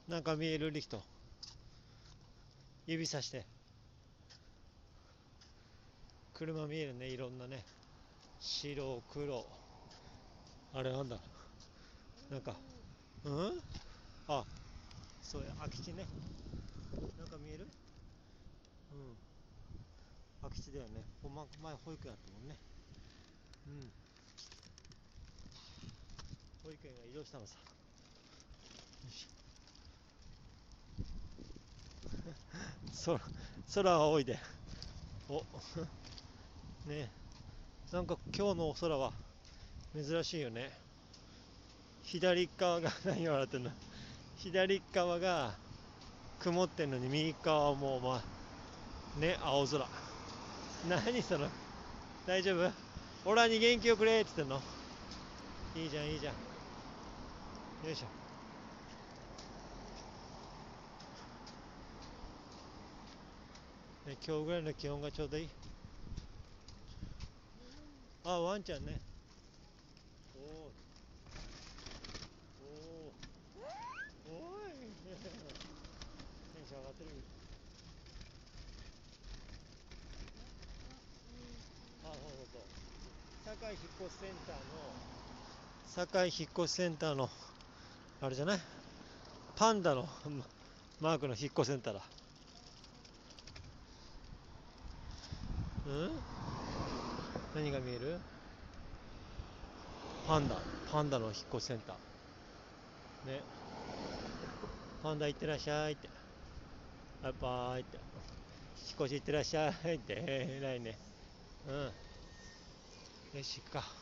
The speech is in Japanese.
なんか見えるリフト。指さして。車見えるね、いろんなね。白、黒。あれなんだ。なんか、あ、そうや、空き地ね。なんか見える？うん。空き地だよね。前保育園あったもんね。うん。保育園が移動したのさ。よし。空は青いで。お、ね。なんか今日のお空は珍しいよね。左側が何笑ってんの？左側が曇ってんのに右側はもうね、青空。何その、大丈夫？オラに元気をくれって言ってんの？いいじゃんいいじゃん。よいしょ。ね、今日ぐらいの気温がちょうどいい。あ、ワンちゃんね。おーおー、おーい。テンション上がってる。あ、そうそうそう。堺引っ越しセンターの堺引っ越しセンターのあれじゃない？パンダのマークの引っ越しセンターだ。うん？何が見える？パンダ。パンダの引っ越しセンター。ね。パンダ行ってらっしゃいって。バイバーイって。引っ越し行ってらっしゃいって。偉いね。うん。よし、行くか。